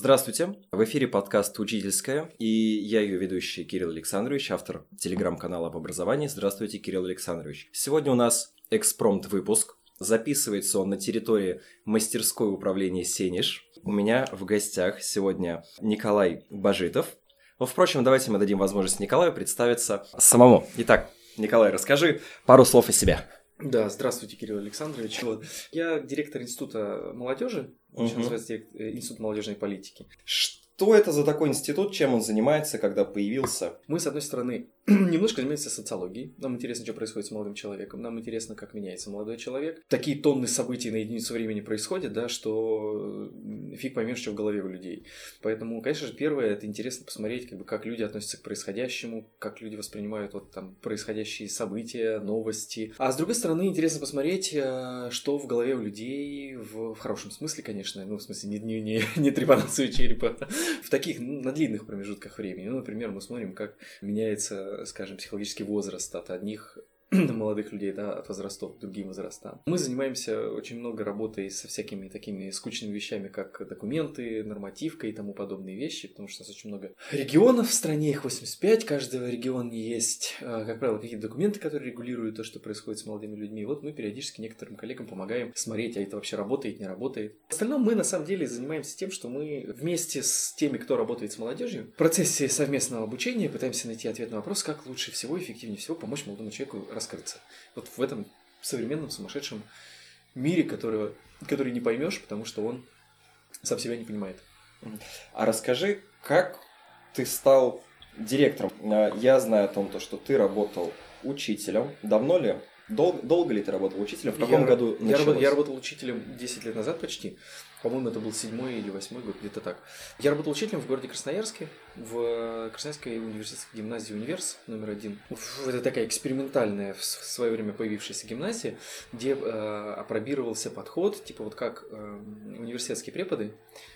Здравствуйте, в эфире подкаст «Учительская», и я ее ведущий Кирилл Александрович, автор телеграм-канала об образовании. Здравствуйте, Кирилл Александрович. Сегодня у нас экспромт-выпуск. Записывается он на территории мастерской управления «Сенеж». У меня в гостях сегодня Николай Бажитов. Но, впрочем, давайте мы дадим возможность Николаю представиться самому. Итак, Николай, расскажи пару слов о себе. Да, здравствуйте, Кирилл Александрович. Я директор Института молодежи, называется Институт молодежной политики. Что это за такой институт, чем он занимается, когда появился? Мы, с одной стороны, немножко занимаемся социологией. Нам интересно, что происходит с молодым человеком. Нам интересно, как меняется молодой человек. Такие тонны событий на единицу времени происходят, да, что фиг поймешь, что в голове у людей. Поэтому, конечно же, первое, это интересно посмотреть, как люди относятся к происходящему, как люди воспринимают происходящие события, новости. А с другой стороны, интересно посмотреть, что в голове у людей, в хорошем смысле, конечно, в смысле не трепанацию черепа, в таких, на длинных промежутках времени. Например, мы смотрим, как меняется, скажем, психологический возраст от одних молодых людей, да, от возрастов к другим возрастам. Мы занимаемся очень много работой со всякими такими скучными вещами, как документы, нормативка и тому подобные вещи, потому что у нас очень много регионов в стране, их 85, каждого региона есть, как правило, какие-то документы, которые регулируют то, что происходит с молодыми людьми. И мы периодически некоторым коллегам помогаем смотреть, а это вообще работает, не работает. В остальном мы, на самом деле, занимаемся тем, что мы вместе с теми, кто работает с молодежью, в процессе совместного обучения пытаемся найти ответ на вопрос, как лучше всего, эффективнее всего помочь молодому человеку раскрыться. Вот в этом современном сумасшедшем мире, который не поймешь, потому что он сам себя не понимает. А расскажи, как ты стал директором? Я знаю о том, что ты работал учителем. Давно ли? Долго ли ты работал учителем? В каком году началось? Я работал учителем 10 лет назад почти. По-моему, это был 7-й или 8-й год, где-то так. Я работал учителем в городе Красноярске, в Красноярской университетской гимназии «Универс» номер 1. Это такая экспериментальная в свое время появившаяся гимназия, где опробировался подход, как университетские преподы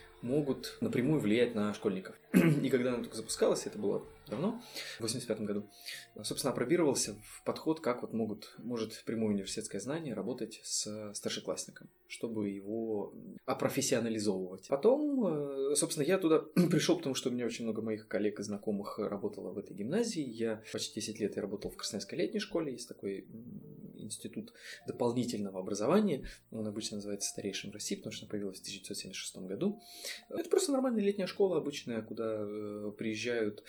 могут напрямую влиять на школьников. И когда она только запускалась, это было давно, в 85 году, собственно, опробировался подход, как может прямое университетское знание работать с старшеклассником, чтобы его опрофессионализовывать. Потом, собственно, я туда пришел, потому что у меня очень много моих коллег и знакомых работало в этой гимназии. Я почти 10 лет работал в Красноярской летней школе, есть такой институт дополнительного образования, он обычно называется старейшим в России, потому что она появилась в 1976 году. Это просто нормальная летняя школа обычная, куда приезжали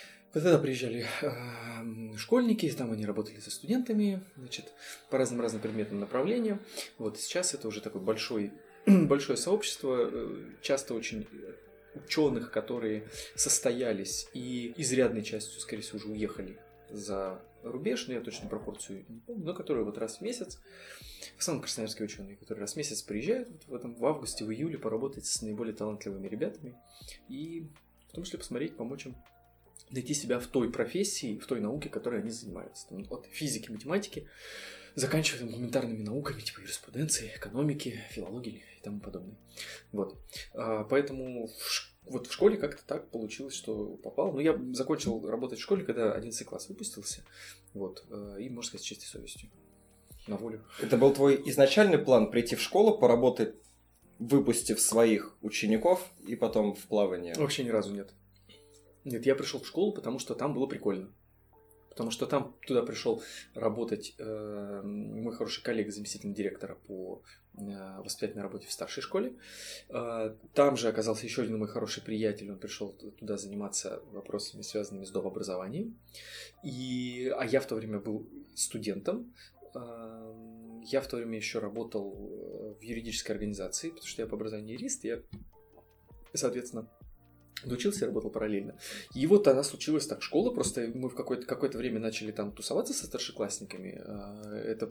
школьники, там они работали со студентами, по разным предметным направлениям. Сейчас это уже такое большое сообщество, часто очень ученых, которые состоялись и изрядной частью, скорее всего, уже уехали за рубеж, но я точно пропорцию не помню, но которые раз в месяц, в основном красноярские ученые, которые раз в месяц приезжают в августе, в июле поработать с наиболее талантливыми ребятами и в том числе посмотреть, помочь им найти себя в той профессии, в той науке, которой они занимаются. От физики, математики, заканчивая гуманитарными науками, типа юриспруденции, экономики, филологии и тому подобное. Поэтому в школе как-то так получилось, что попал. Я закончил работать в школе, когда 11 класс выпустился. И, можно сказать, с чистой совестью. На волю. Это был твой изначальный план прийти в школу, поработать, выпустив своих учеников и потом в плавание? Вообще ни разу нет. Нет, я пришел в школу, потому что там было прикольно. Потому что туда пришел работать мой хороший коллега, заместитель директора по воспитательной работе в старшей школе. Там же оказался еще один мой хороший приятель, он пришел туда заниматься вопросами, связанными с дообразованием. А я в то время был студентом. Я в то время еще работал в юридической организации, потому что я по образованию юрист, я, соответственно, учился и работал параллельно. И она случилась так. Школа, просто мы в какое-то время начали там тусоваться со старшеклассниками. Это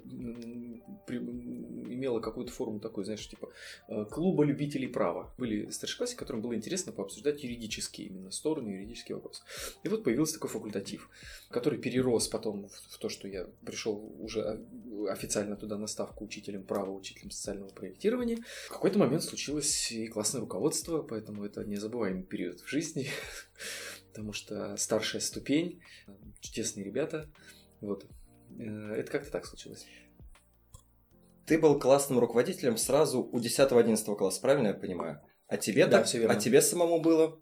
имело какую-то форму такой, клуба любителей права. Были старшеклассники, которым было интересно пообсуждать юридические именно стороны, юридические вопросы. И появился такой факультатив, который перерос потом в то, что я пришел уже официально туда на ставку учителем права, учителем социального проектирования. В какой-то момент случилось и классное руководство, поэтому это незабываемый период в жизни, потому что старшая ступень, чудесные ребята, это как-то так случилось. Ты был классным руководителем сразу у 10-11 класса, правильно я понимаю? А тебе, Да, всё верно. а тебе самому было?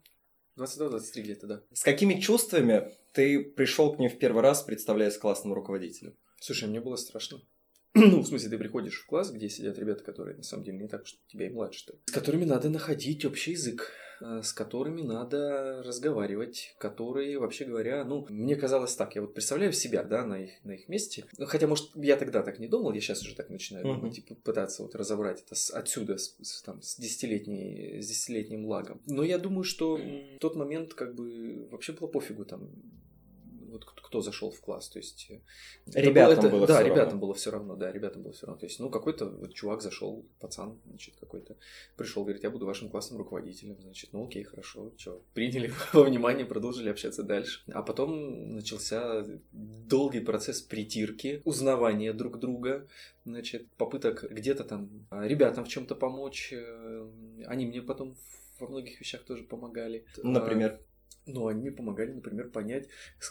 22-23 где-то, да. С какими чувствами ты пришел к ним в первый раз, представляясь классным руководителем? Слушай, мне было страшно. Ну, в смысле, ты приходишь в класс, где сидят ребята, которые на самом деле не так уж тебя и младше, что ли, с которыми надо находить общий язык, с которыми надо разговаривать, которые, вообще говоря, ну, мне казалось так, я вот представляю себя, да, на их месте. Ну, хотя, может, я тогда так не думал, я сейчас уже так начинаю думать и пытаться вот разобрать это отсюда, с десятилетним лагом. Но я думаю, что в тот момент как бы вообще было пофигу там, вот кто зашел в класс, то есть Ребятам было да, всё ребятам равно. было все равно, да, ребятам было все равно. То есть, ну, какой-то вот чувак зашел, пацан, значит, какой-то пришел, говорит, я буду вашим классным руководителем, значит, ну, окей, хорошо, что, приняли во внимание, продолжили общаться дальше. А потом начался долгий процесс притирки, узнавания друг друга, значит, попыток где-то там ребятам в чем-то помочь, они мне потом во многих вещах тоже помогали. Например? Ну, они мне помогали, например, понять,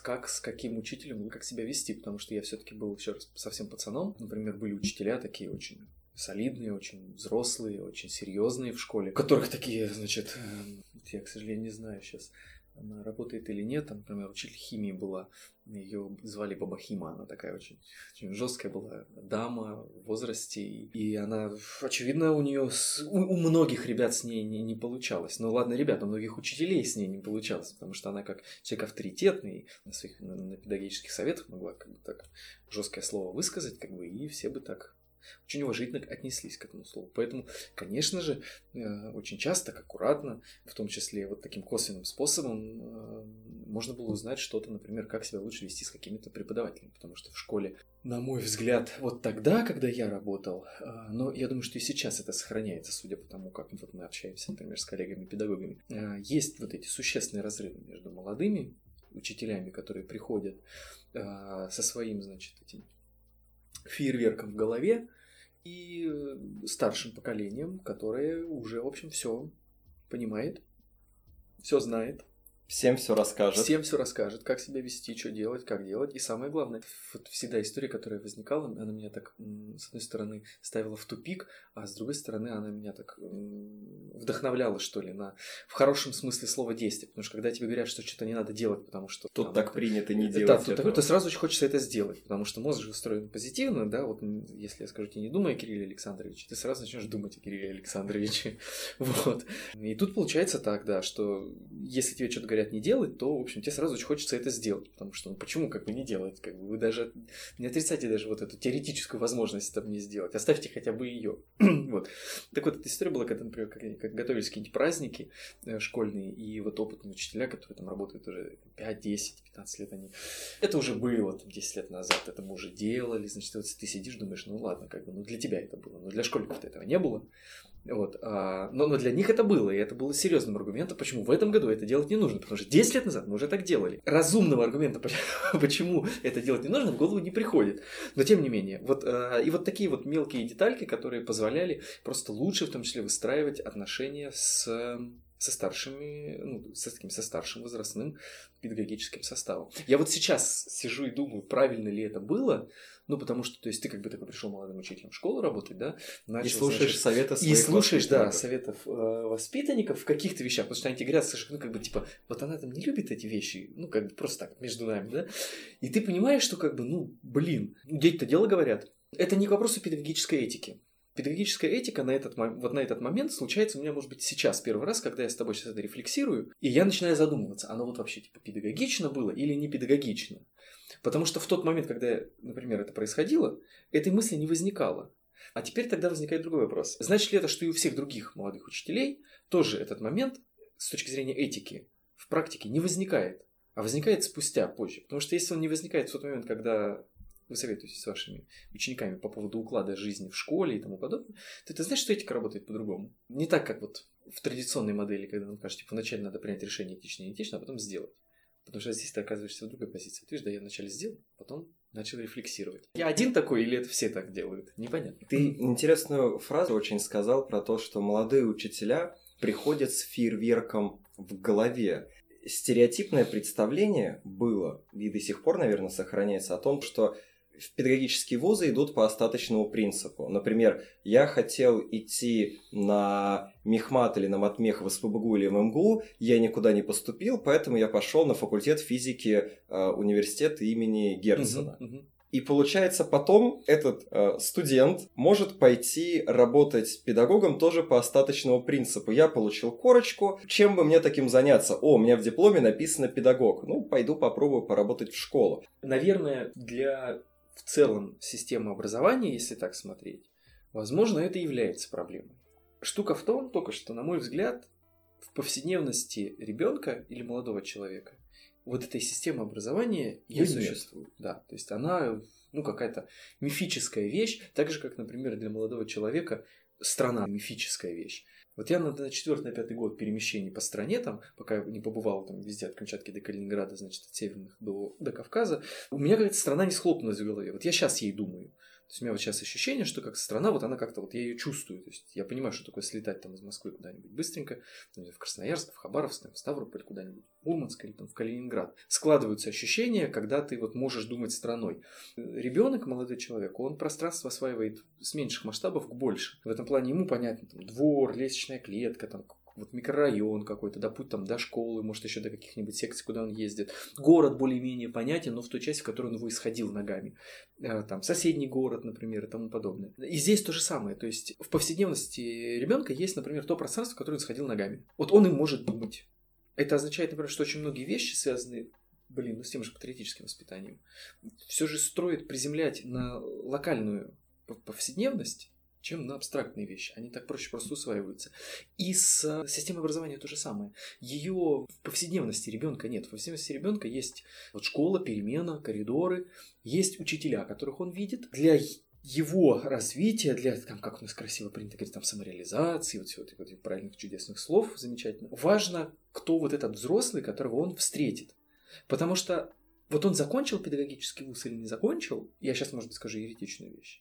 с каким учителем и как себя вести, потому что я все-таки был еще раз совсем пацаном. Например, были учителя такие очень солидные, очень взрослые, очень серьезные в школе, у которых такие, значит, я, к сожалению, не знаю сейчас, она работает или нет. Там, например, учитель химии была, ее звали Баба Хима, она такая очень, очень жесткая была дама в возрасте, и она, очевидно, у нее у многих ребят с ней не получалось. Ну ладно, ребят, у многих учителей с ней не получалось, потому что она как человек авторитетный на педагогических советах могла как бы так жесткое слово высказать, как бы, и все бы так очень уважительно отнеслись к этому слову. Поэтому, конечно же, очень часто, аккуратно, в том числе вот таким косвенным способом, можно было узнать что-то, например, как себя лучше вести с какими-то преподавателями. Потому что в школе, на мой взгляд, вот тогда, когда я работал, но я думаю, что и сейчас это сохраняется, судя по тому, как вот мы общаемся, например, с коллегами-педагогами, есть вот эти существенные разрывы между молодыми учителями, которые приходят со своим, значит, этим фейерверком в голове, и старшим поколением, которое уже, в общем, все понимает, все знает. Всем все расскажет. Всем все расскажет, как себя вести, что делать, как делать. И самое главное, вот всегда история, которая возникала, она меня так, с одной стороны, ставила в тупик, а с другой стороны, она меня так вдохновляла, что ли, в хорошем смысле слова действия. Потому что когда тебе говорят, что что-то не надо делать, потому что... Тут так принято не делать. Да, тут то сразу очень хочется это сделать, потому что мозг же устроен позитивно, да, вот если я скажу тебе, не думай о Кирилле Александровиче, ты сразу начнешь думать о Кирилле Александровиче. Вот. И тут получается так, да, что если тебе что-то говорят не делать, то, в общем, тебе сразу очень хочется это сделать, потому что, ну, почему как бы не делать, как бы вы даже не отрицайте даже вот эту теоретическую возможность там не сделать, оставьте хотя бы ее. Вот. Так вот, эта история была, когда, например, как готовились какие-нибудь праздники школьные, и вот опытные учителя, которые там работают уже 5, 10, 15 лет, они... Это уже было там, 10 лет назад, это мы уже делали, значит, вот ты сидишь, думаешь, ну ладно, как бы, ну для тебя это было, но для школьников-то этого не было. Вот, но для них это было, и это было серьезным аргументом, почему в этом году это делать не нужно, потому что 10 лет назад мы уже так делали. Разумного аргумента, почему это делать не нужно, в голову не приходит. Но тем не менее, вот, и вот такие вот мелкие детальки, которые позволяли просто лучше, в том числе, выстраивать отношения со старшими, ну, со старшим возрастным педагогическим составом. Я вот сейчас сижу и думаю, правильно ли это было. Ну, потому что, то есть, ты как бы такой пришел молодым учителем в школу работать, да? Начал, и слушаешь советы своих и слушаешь, да, воспитанников. Советов воспитанников в каких-то вещах, потому что они тебе говорят, слушай, ну, как бы, типа, вот она там не любит эти вещи, ну, как бы, просто так, между нами, да? И ты понимаешь, что, как бы, ну, блин, дети-то дело говорят. Это не к вопросу педагогической этики. Педагогическая этика на этот момент случается у меня, может быть, сейчас первый раз, когда я с тобой сейчас это рефлексирую, и я начинаю задумываться, оно вот вообще, типа, педагогично было или не педагогично? Потому что в тот момент, когда, например, это происходило, этой мысли не возникало. А теперь тогда возникает другой вопрос. Значит ли это, что и у всех других молодых учителей тоже этот момент с точки зрения этики в практике не возникает, а возникает спустя, позже? Потому что если он не возникает в тот момент, когда вы советуетесь с вашими учениками по поводу уклада жизни в школе и тому подобное, то это значит, что этика работает по-другому. Не так, как вот в традиционной модели, когда нам кажется, типа, вначале надо принять решение этично и неэтично, а потом сделать. Потому что здесь ты оказываешься в другой позиции. Ты видишь, да, я вначале сделал, потом начал рефлексировать. Я один такой или это все так делают? Непонятно. Ты интересную фразу очень сказал про то, что молодые учителя приходят с фейерверком в голове. Стереотипное представление было, и до сих пор, наверное, сохраняется, о том, что в педагогические вузы идут по остаточному принципу. Например, я хотел идти на мехмат или на матмех в СПбГУ или в МГУ, я никуда не поступил, поэтому я пошел на факультет физики университета имени Герцена. И получается, потом этот студент может пойти работать педагогом тоже по остаточному принципу. Я получил корочку, чем бы мне таким заняться? О, у меня в дипломе написано педагог. Ну, пойду попробую поработать в школу. Наверное, для в целом системы образования, если так смотреть, возможно, это является проблемой. Штука в том, только что, на мой взгляд, в повседневности ребенка или молодого человека вот этой системы образования не существует. Да, то есть она, какая-то мифическая вещь, так же, как, например, для молодого человека страна мифическая вещь. Вот я на 4-5 год перемещений по стране, там, пока не побывал там везде, от Камчатки до Калининграда, значит, от Северных до Кавказа, у меня какая-то страна не схлопнулась в голове. Вот я сейчас ей думаю. То есть у меня вот сейчас ощущение, что как страна, вот она как-то, вот я ее чувствую. То есть я понимаю, что такое слетать там из Москвы куда-нибудь быстренько, в Красноярск, в Хабаровск, в Ставрополь куда-нибудь, в Мурманск или там в Калининград. Складываются ощущения, когда ты вот можешь думать страной. Ребенок, молодой человек, он пространство осваивает с меньших масштабов к больше. В этом плане ему понятно, там, двор, лестничная клетка, там, вот микрорайон какой-то, да, путь там до школы, может, еще до каких-нибудь секций, куда он ездит. Город более-менее понятен, но в той части, в которой он его исходил ногами. Там соседний город, например, и тому подобное. И здесь то же самое. То есть в повседневности ребенка есть, например, то пространство, в которое он сходил ногами. Вот он им может думать. Это означает, например, что очень многие вещи, связанные с тем же патриотическим воспитанием, все же строит, приземлять на локальную повседневность, чем на абстрактные вещи. Они так проще просто усваиваются. И с системой образования то же самое. Ее в повседневности ребенка нет. В повседневности ребенка есть вот школа, перемена, коридоры, есть учителя, которых он видит. Для его развития, для, там, как у нас красиво принято говорить, там, самореализации, вот всего этих правильных чудесных слов, замечательно. Важно, кто вот этот взрослый, которого он встретит. Потому что вот он закончил педагогический вуз или не закончил, я сейчас, может быть, скажу еретичную вещь,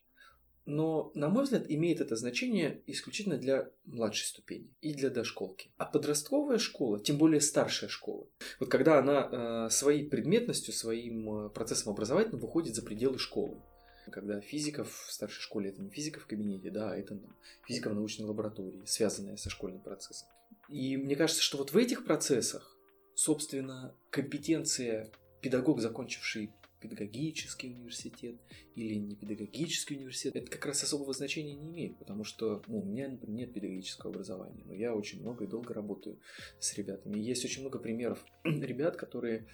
но, на мой взгляд, имеет это значение исключительно для младшей ступени и для дошколки. А подростковая школа, тем более старшая школа, вот когда она своей предметностью, своим процессом образовательным выходит за пределы школы. Когда физика в старшей школе — это не физика в кабинете, да, а это физика в научной лаборатории, связанная со школьным процессом. И мне кажется, что вот в этих процессах, собственно, компетенция педагог, закончивший педагогический университет или не педагогический университет, это как раз особого значения не имеет, потому что у меня, например, нет педагогического образования, но я очень много и долго работаю с ребятами. И есть очень много примеров ребят, у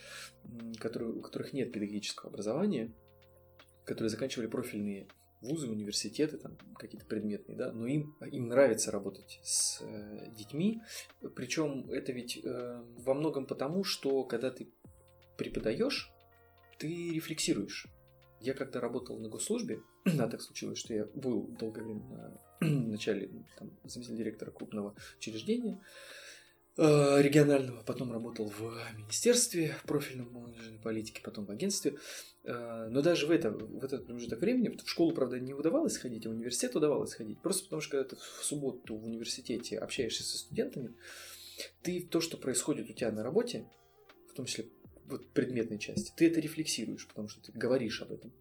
которых нет педагогического образования, которые заканчивали профильные вузы, университеты, там какие-то предметные, да, но им нравится работать с детьми, причем это ведь во многом потому, что когда ты преподаешь, ты рефлексируешь. Я когда работал на госслужбе, так случилось, что я был долгое время в начале заместителем директора крупного учреждения регионального, потом работал в министерстве профильном молодежной политики, потом в агентстве. Но даже в этот промежуток времени в школу, правда, не удавалось ходить, а в университет удавалось ходить. Просто потому что когда ты в субботу в университете общаешься со студентами, ты то, что происходит у тебя на работе, в том числе вот предметной части, ты это рефлексируешь, потому что ты говоришь об этом.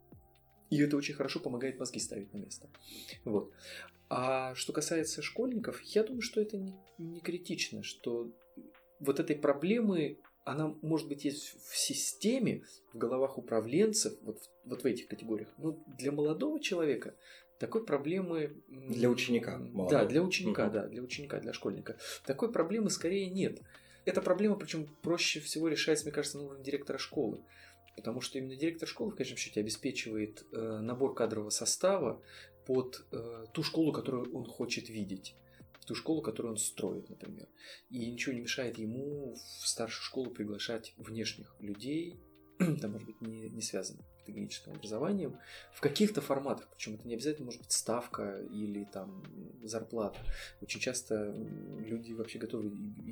И это очень хорошо помогает мозги ставить на место. Вот. А что касается школьников, я думаю, что это не критично, что вот этой проблемы, она, может быть, есть в системе, в головах управленцев, вот в этих категориях. Но для молодого человека такой проблемы... Для ученика. Молодого. Да, для ученика, для ученика, для школьника. Такой проблемы скорее нет. Эта проблема, причем проще всего решается, мне кажется, на уровне директора школы. Потому что именно директор школы, в конечном счете, обеспечивает набор кадрового состава под ту школу, которую он хочет видеть. Ту школу, которую он строит, например. И ничего не мешает ему в старшую школу приглашать внешних людей, там, может быть, не связанных с педагогическим образованием, в каких-то форматах. Причем это не обязательно может быть ставка или там зарплата. Очень часто люди вообще готовы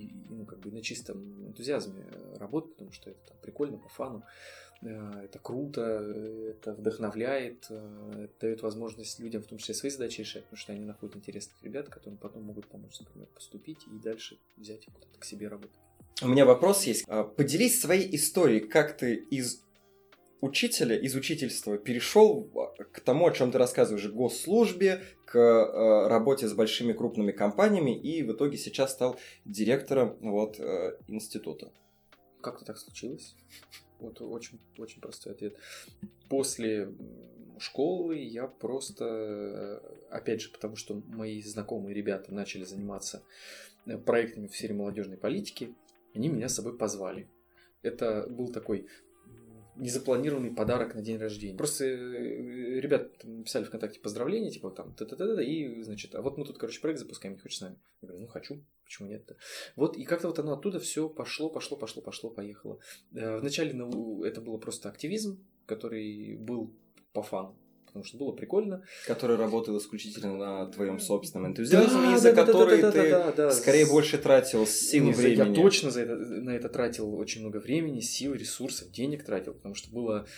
на чистом энтузиазме работать, потому что это там прикольно, по фану. Это круто, это вдохновляет, это дает возможность людям, в том числе, свои задачи решать, потому что они находят интересных ребят, которым потом могут помочь, например, поступить и дальше взять их куда-то к себе работать. У меня вопрос есть. Поделись своей историей, как ты из учителя из учительства перешел к тому, о чем ты рассказываешь, к госслужбе, к работе с большими крупными компаниями, и в итоге сейчас стал директором института. Как-то так случилось. Вот очень, очень простой ответ. После школы я просто, опять же, потому что мои знакомые ребята начали заниматься проектами в сфере молодежной политики, они меня с собой позвали. Это был такой незапланированный подарок на день рождения. Просто ребята написали ВКонтакте поздравления, типа там та-та-та-та, и, значит, а вот мы тут, короче, проект запускаем, не хочешь с нами? Я говорю, ну хочу, почему нет-то? Вот, и как-то вот оно оттуда все пошло, поехало. Вначале это было просто активизм, который был по фану, потому что было прикольно. Который работал исключительно на твоем собственном энтузиазме, из-за который ты скорее больше тратил сил и времени. Я точно на это тратил очень много времени, сил, ресурсов, денег тратил, потому что было...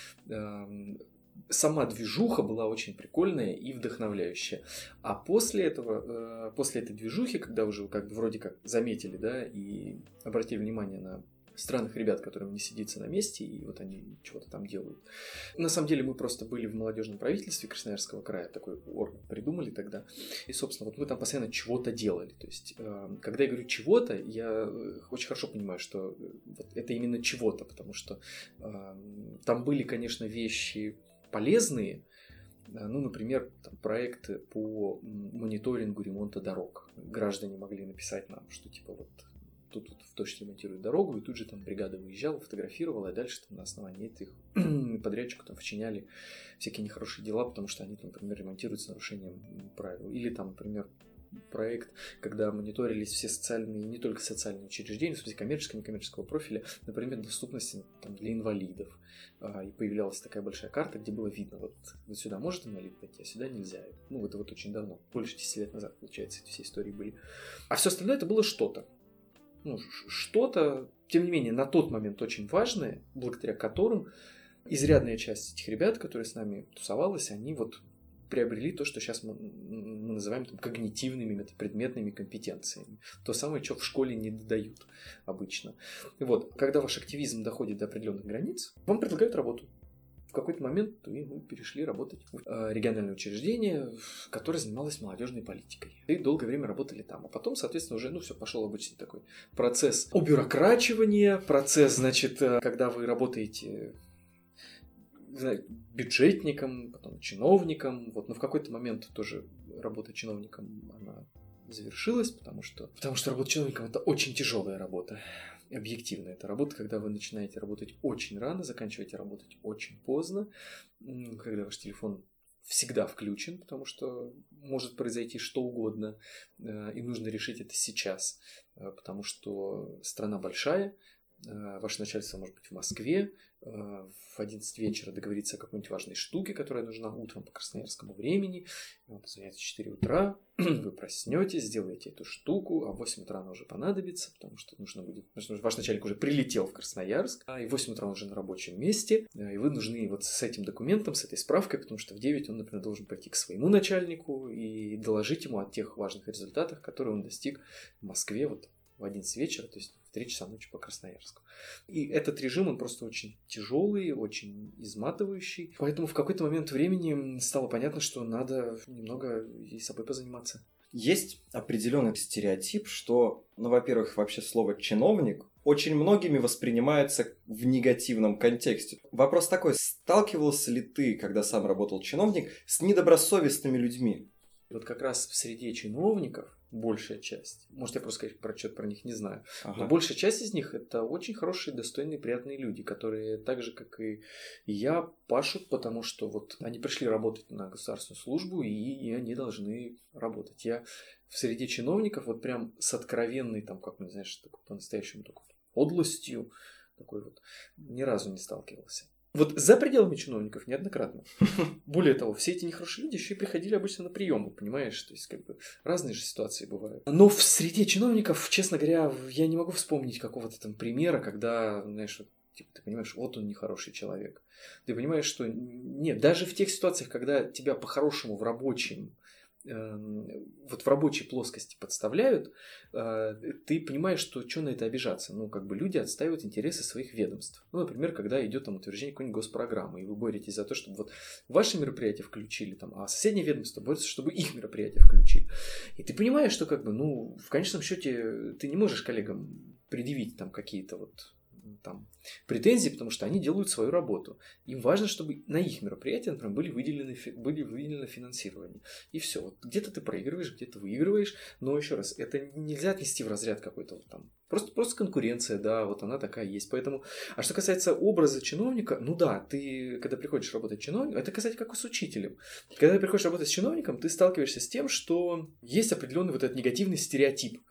Сама движуха была очень прикольная и вдохновляющая. А после этого, после этой движухи, когда уже как бы вроде как заметили, да, и обратили внимание на странных ребят, которым не сидится на месте, и вот они чего-то там делают. На самом деле мы просто были в молодежном правительстве Красноярского края, такой орган придумали тогда, и, собственно, вот мы там постоянно чего-то делали. То есть, когда я говорю чего-то, я очень хорошо понимаю, что вот это именно чего-то, потому что там были, конечно, вещи полезные, ну, например, там, проекты по мониторингу ремонта дорог. Граждане могли написать нам, что типа вот тут в точке ремонтируют дорогу, и тут же там бригада выезжала, фотографировала, и дальше там на основании этих подрядчику там вчиняли всякие нехорошие дела, потому что они, например, ремонтируют с нарушением правил. Или там, например, проект, когда мониторились все социальные, не только социальные учреждения, в смысле коммерческого и некоммерческого профиля, например, доступности там, для инвалидов. И появлялась такая большая карта, где было видно, вот сюда может инвалид пойти, а сюда нельзя. Ну, это вот очень давно, больше 10 лет назад, получается, эти все истории были. А все остальное это было что-то. Ну, что-то, тем не менее, на тот момент очень важное, благодаря которым изрядная часть этих ребят, которые с нами тусовалась, они вот приобрели то, что сейчас мы называем там, когнитивными метапредметными компетенциями. То самое, что в школе не додают обычно. Вот, когда ваш активизм доходит до определенных границ, вам предлагают работу. В какой-то момент мы перешли работать в региональное учреждение, которое занималось молодежной политикой. И долгое время работали там. А потом, соответственно, уже, все, пошел обычный такой процесс обюрокрачивания, процесс, значит, когда вы работаете бюджетником, потом чиновником. Вот, но в какой-то момент тоже работа чиновником, она завершилась, потому что работа чиновником – это очень тяжелая работа. Объективно, это работа, когда вы начинаете работать очень рано, заканчиваете работать очень поздно, когда ваш телефон всегда включен, потому что может произойти что угодно, и нужно решить это сейчас, потому что страна большая, ваше начальство может быть в Москве, в 11 вечера договориться о какой-нибудь важной штуке, которая нужна утром по красноярскому времени. Вам позвонят в 4 утра, вы проснетесь, сделаете эту штуку, а в 8 утра она уже понадобится, потому что нужно будет... Ваш начальник уже прилетел в Красноярск, и в 8 утра он уже на рабочем месте, и вы нужны вот с этим документом, с этой справкой, потому что в 9 он, например, должен пойти к своему начальнику и доложить ему о тех важных результатах, которые он достиг в Москве вот в 11 вечера, то есть в 3 часа ночи по Красноярску. И этот режим, он просто очень тяжелый, очень изматывающий. Поэтому в какой-то момент времени стало понятно, что надо немного и собой позаниматься. Есть определенный стереотип, что, во-первых, вообще слово «чиновник» очень многими воспринимается в негативном контексте. Вопрос такой, сталкивался ли ты, когда сам работал чиновник, с недобросовестными людьми? Вот как раз в среде чиновников большая часть, может, я просто про них не знаю, но большая часть из них это очень хорошие, достойные, приятные люди, которые так же, как и я, пашут, потому что вот они пришли работать на государственную службу, и они должны работать. Я в среде чиновников вот прям с откровенной, там, как мы, знаешь, по-настоящему такой подлостью, такой вот, ни разу не сталкивался. Вот за пределами чиновников неоднократно. Более того, все эти нехорошие люди еще и приходили обычно на приемы, понимаешь? То есть, как бы, разные же ситуации бывают. Но в среде чиновников, честно говоря, я не могу вспомнить какого-то там примера, когда, знаешь, вот, типа, ты понимаешь, вот он нехороший человек. Ты понимаешь, что нет, даже в тех ситуациях, когда тебя по-хорошему в рабочем вот в рабочей плоскости подставляют, ты понимаешь, что на это обижаться. Ну, как бы люди отстаивают интересы своих ведомств. Ну, например, когда идет там утверждение какой-нибудь госпрограммы, и вы боретесь за то, чтобы вот ваши мероприятия включили, там, а соседнее ведомство борется, чтобы их мероприятия включили. И ты понимаешь, что как бы, ну, в конечном счете ты не можешь коллегам предъявить там какие-то вот там претензии, потому что они делают свою работу. Им важно, чтобы на их мероприятия, например, были выделено финансирование. И все. Вот где-то ты проигрываешь, где-то выигрываешь. Но еще раз, это нельзя отнести в разряд какой-то вот там. Просто конкуренция, да, вот она такая есть. Поэтому, а что касается образа чиновника, ну да, ты, когда приходишь работать чиновником, это, кстати, как и с учителем. Когда ты приходишь работать с чиновником, ты сталкиваешься с тем, что есть определенный вот этот негативный стереотип.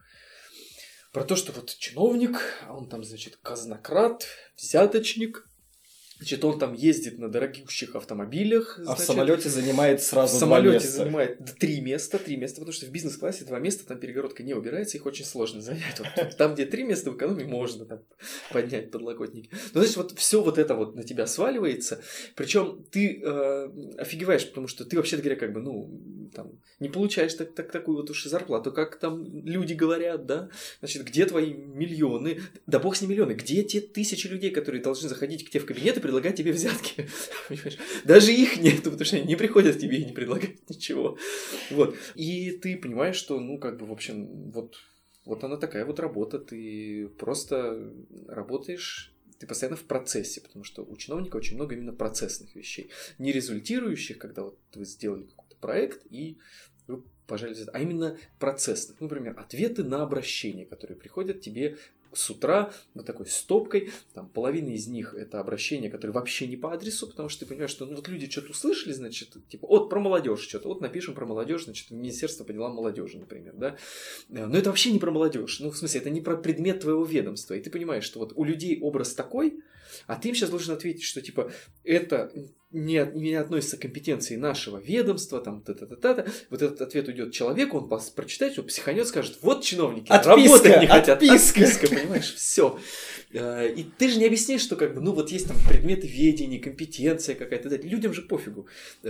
Про то, что вот чиновник, он там, значит, казнократ, взяточник, значит, он там ездит на дорогущих автомобилях. А значит, в самолете занимает сразу 2 места. В самолете занимает 3 места, потому что в бизнес-классе 2 места, там перегородка не убирается, их очень сложно занять. Вот, там, где 3 места в экономии, можно там поднять подлокотники. Ну, значит, вот все вот это вот на тебя сваливается, причем ты офигеваешь, потому что ты, вообще-то говоря, как бы, ну, там, не получаешь такую вот уж и зарплату, как там люди говорят, да? Значит, где твои миллионы? Да бог с ними миллионы. Где те тысячи людей, которые должны заходить к тебе в кабинет и предлагать тебе взятки? Даже их нету, потому что они не приходят к тебе и не предлагают ничего. Вот. И ты понимаешь, что, ну, как бы, в общем, вот она такая вот работа. Ты просто работаешь... Ты постоянно в процессе, потому что у чиновника очень много именно процессных вещей. Не результирующих, когда вот вы сделали какой-то проект и вы пожали, а именно процессных. Например, ответы на обращения, которые приходят тебе с утра вот такой стопкой. Там половина из них это обращения, которые вообще не по адресу, потому что ты понимаешь, что ну, вот люди что-то услышали, значит, типа, вот про молодежь что-то, вот напишем про молодежь, значит, Министерство по делам молодежи, например, да. Но это вообще не про молодежь. Ну, в смысле, это не про предмет твоего ведомства. И ты понимаешь, что вот у людей образ такой, а ты им сейчас должен ответить, что типа это не относится к компетенции нашего ведомства, там, та-та-та-та. Вот этот ответ уйдет человеку, он прочитает, что психанет, скажет, вот чиновники, работать не хотят. Отписка, понимаешь, все. И ты же не объяснишь, что как бы, ну вот есть там предметы ведения, компетенция какая-то. Людям же пофигу.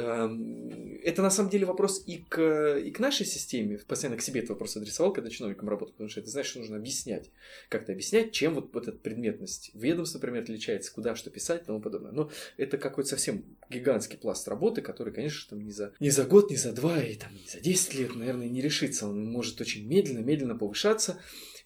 Это на самом деле вопрос и к нашей системе. Постоянно к себе этот вопрос адресовал, когда чиновником работал, потому что ты знаешь, что нужно объяснять. Как-то объяснять, чем вот эта предметность ведомства, например, отличается, куда что писать и тому подобное. Но это какой-то совсем гигантский пласт работы, который, конечно, там не за год, не за 2 и там, не за 10 лет, наверное, не решится. Он может очень медленно повышаться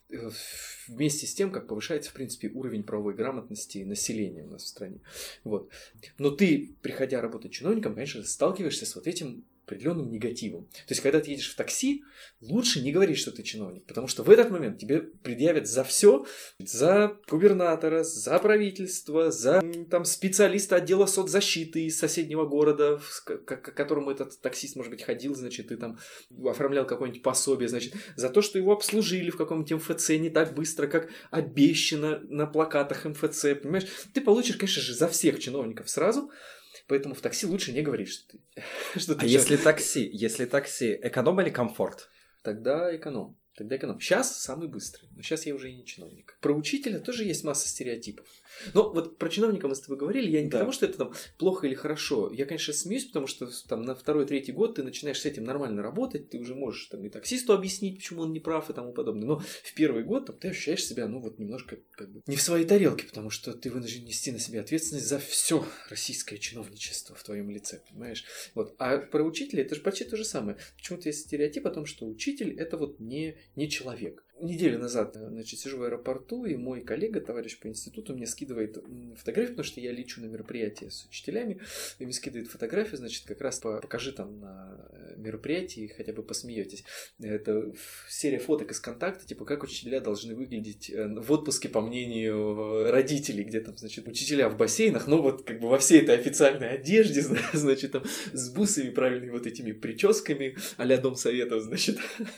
вместе с тем, как повышается, в принципе, уровень правовой грамотности населения у нас в стране. Вот. Но ты, приходя работать чиновником, конечно, сталкиваешься с вот этим определенным негативом. То есть, когда ты едешь в такси, лучше не говорить, что ты чиновник, потому что в этот момент тебе предъявят за все, за губернатора, за правительство, за там, специалиста отдела соцзащиты из соседнего города, к которому этот таксист, может быть, ходил, значит, и там оформлял какое-нибудь пособие, значит, за то, что его обслужили в каком-нибудь МФЦ не так быстро, как обещано на плакатах МФЦ, понимаешь? Ты получишь, конечно же, за всех чиновников сразу. Поэтому в такси лучше не говорить, что ты если такси, эконом или комфорт? Тогда эконом. Сейчас самый быстрый, но сейчас я уже и не чиновник. Про учителя тоже есть масса стереотипов. Но вот про чиновника мы с тобой говорили, я не потому, что это там плохо или хорошо. Я, конечно, смеюсь, потому что там на 2-3 год ты начинаешь с этим нормально работать, ты уже можешь там и таксисту объяснить, почему он не прав и тому подобное. Но в первый год там, ты ощущаешь себя, ну вот немножко как бы не в своей тарелке, потому что ты вынужден нести на себя ответственность за все российское чиновничество в твоем лице, понимаешь? Вот. А про учителя это же почти то же самое. Почему-то есть стереотип о том, что учитель это вот не человек. Неделю назад, значит, сижу в аэропорту, и мой коллега, товарищ по институту, мне скидывает фотографию, потому что я лечу на мероприятия с учителями, и мне скидывает фотографию, значит, как раз покажи там на мероприятии, хотя бы посмеетесь. Это серия фоток из контакта, типа, как учителя должны выглядеть в отпуске, по мнению родителей, где там, значит, учителя в бассейнах, но вот как бы во всей этой официальной одежде, значит, там с бусами, правильными вот этими прическами а-ля Дом Советов, значит,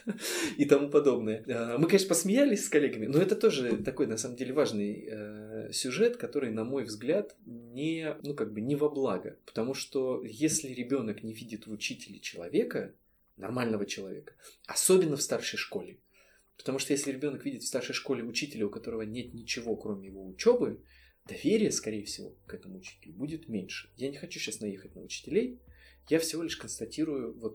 и тому подобное. Мы, конечно, посмеялись с коллегами, но это тоже такой, на самом деле, важный сюжет, который, на мой взгляд, не во благо. Потому что если ребенок не видит в учителе человека, нормального человека, особенно в старшей школе, потому что если ребенок видит в старшей школе учителя, у которого нет ничего, кроме его учебы, доверие, скорее всего, к этому учителю будет меньше. Я не хочу сейчас наехать на учителей, я всего лишь констатирую вот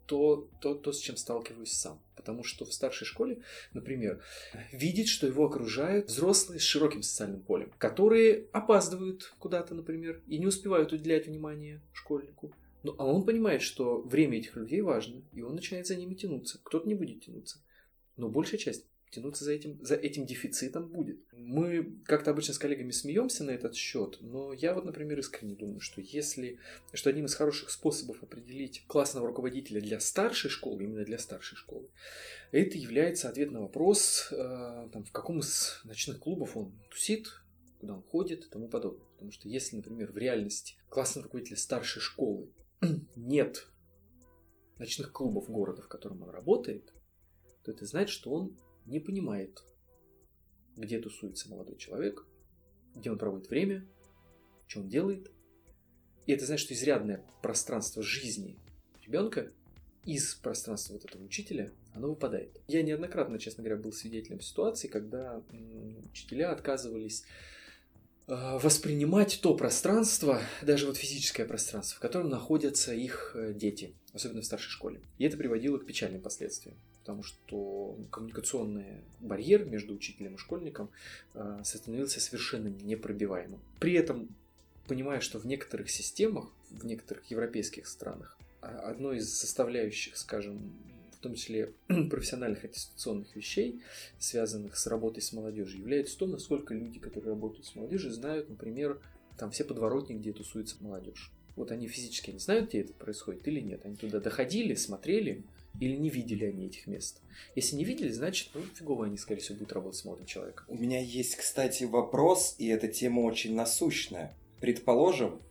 то, с чем сталкиваюсь сам. Потому что в старшей школе, например, видит, что его окружают взрослые с широким социальным полем, которые опаздывают куда-то, например, и не успевают уделять внимание школьнику. Ну, а он понимает, что время этих людей важно, и он начинает за ними тянуться. Кто-то не будет тянуться, но большая часть тянуться за этим дефицитом будет. Мы как-то обычно с коллегами смеемся на этот счет, но я вот, например, искренне думаю, что одним из хороших способов определить классного руководителя для старшей школы, именно для старшей школы, это является ответ на вопрос, в каком из ночных клубов он тусит, куда он ходит и тому подобное. Потому что если, например, в реальности классного руководителя старшей школы нет ночных клубов города, в котором он работает, то это значит, что он не понимает, где тусуется молодой человек, где он проводит время, что он делает. И это значит, что изрядное пространство жизни ребенка из пространства вот этого учителя, оно выпадает. Я неоднократно, честно говоря, был свидетелем ситуации, когда учителя отказывались воспринимать то пространство, даже вот физическое пространство, в котором находятся их дети, особенно в старшей школе. И это приводило к печальным последствиям, потому что коммуникационный барьер между учителем и школьником становился совершенно непробиваемым. При этом, понимая, что в некоторых системах, в некоторых европейских странах, одной из составляющих, скажем, в том числе профессиональных аттестационных вещей, связанных с работой с молодежью, является то, насколько люди, которые работают с молодежью, знают, например, там все подворотни, где тусуется молодежь. Вот они физически не знают, где это происходит или нет. Они туда доходили, смотрели или не видели они этих мест. Если не видели, значит, фигово они, скорее всего, будут работать с молодым человеком. У меня есть, кстати, вопрос, и эта тема очень насущная. Предположим,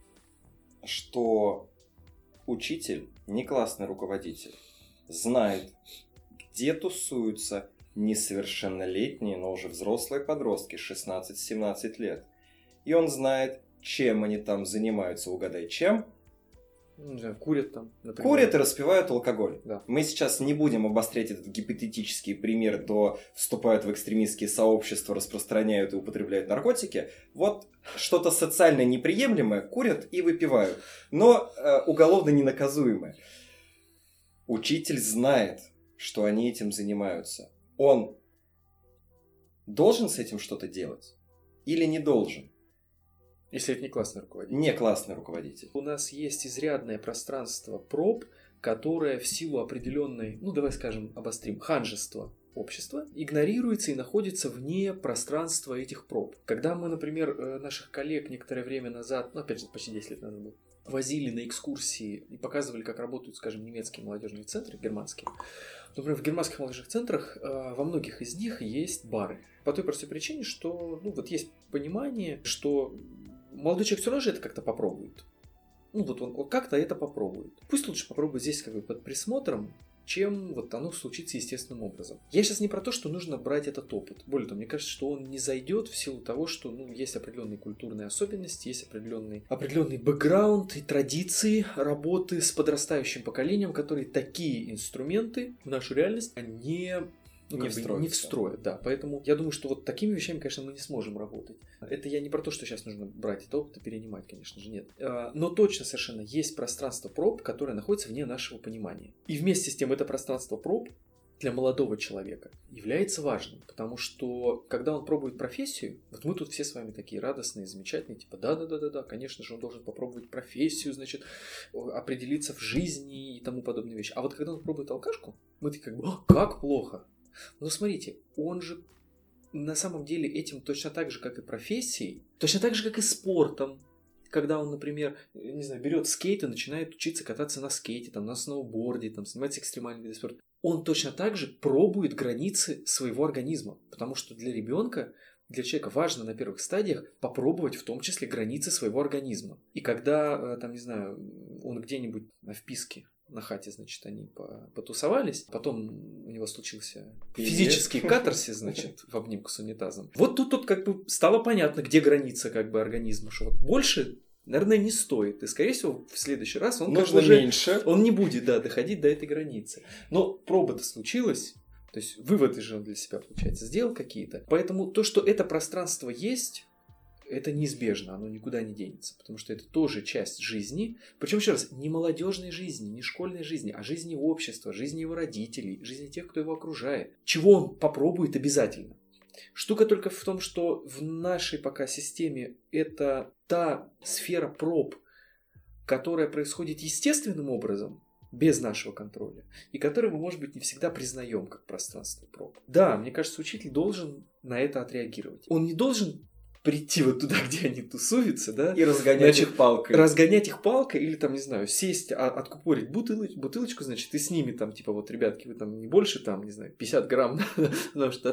что учитель, не классный руководитель, знает, где тусуются несовершеннолетние, но уже взрослые подростки, 16-17 лет. И он знает, чем они там занимаются, угадай, чем? Не знаю, курят там, например. Курят и распивают алкоголь. Да. Мы сейчас не будем обострять этот гипотетический пример, то вступают в экстремистские сообщества, распространяют и употребляют наркотики. Вот что-то социально неприемлемое курят и выпивают, но уголовно ненаказуемое. Учитель знает, что они этим занимаются. Он должен с этим что-то делать или не должен? Если это не классный руководитель. Не классный руководитель. У нас есть изрядное пространство проб, которое в силу определенной, давай скажем, обострим, ханжества общества, игнорируется и находится вне пространства этих проб. Когда мы, например, наших коллег некоторое время назад, опять же, почти 10 лет назад было, возили на экскурсии и показывали, как работают, скажем, немецкие молодежные центры, германские. Например, в германских молодежных центрах во многих из них есть бары. По той простой причине, что есть понимание, что молодой человек все равно же это как-то попробует. Он как-то это попробует. Пусть лучше попробует здесь под присмотром, чем оно случится естественным образом. Я сейчас не про то, что нужно брать этот опыт. Более того, мне кажется, что он не зайдет в силу того, что есть определенные культурные особенности, есть определенный бэкграунд и традиции работы с подрастающим поколением, которые такие инструменты в нашу реальность не встроят, да. Поэтому я думаю, что такими вещами, конечно, мы не сможем работать. Это я не про то, что сейчас нужно брать этот опыт и перенимать, конечно же, нет. Но точно совершенно есть пространство проб, которое находится вне нашего понимания. И вместе с тем это пространство проб для молодого человека является важным, потому что когда он пробует профессию, мы тут все с вами такие радостные, замечательные, типа да, конечно же, он должен попробовать профессию, значит, определиться в жизни и тому подобные вещи. А когда он пробует алкашку, мы такие как плохо. Но смотрите, он же на самом деле этим точно так же, как и профессией, точно так же, как и спортом. Когда он, например, берет скейт и начинает учиться кататься на скейте, на сноуборде, занимается экстремальным видом спорта, он точно так же пробует границы своего организма. Потому что для ребенка, для человека важно на первых стадиях попробовать в том числе границы своего организма. И когда, он где-нибудь на вписке, на хате, значит, они потусовались. Потом у него случился физический катарсис, значит, в обнимку с унитазом. Тут стало понятно, где граница организма. Что больше, наверное, не стоит. И, скорее всего, в следующий раз он меньше. Он не будет, доходить до этой границы. Но проба-то случилась. То есть выводы же он для себя, получается, сделал какие-то. Поэтому то, что это пространство есть, это неизбежно, оно никуда не денется, потому что это тоже часть жизни. Причем, еще раз, не молодежной жизни, не школьной жизни, а жизни общества, жизни его родителей, жизни тех, кто его окружает. Чего он попробует обязательно. Штука только в том, что в нашей пока системе это та сфера проб, которая происходит естественным образом, без нашего контроля, и которую мы, может быть, не всегда признаем как пространство проб. Да, мне кажется, учитель должен на это отреагировать. Он не должен прийти вот туда, где они тусуются, да? И разгонять их палкой. Разгонять их палкой или там, не знаю, сесть, откупорить бутылочку, значит, и с ними там, типа, вот, ребятки, вы там не больше, там, не знаю, 50 грамм, потому что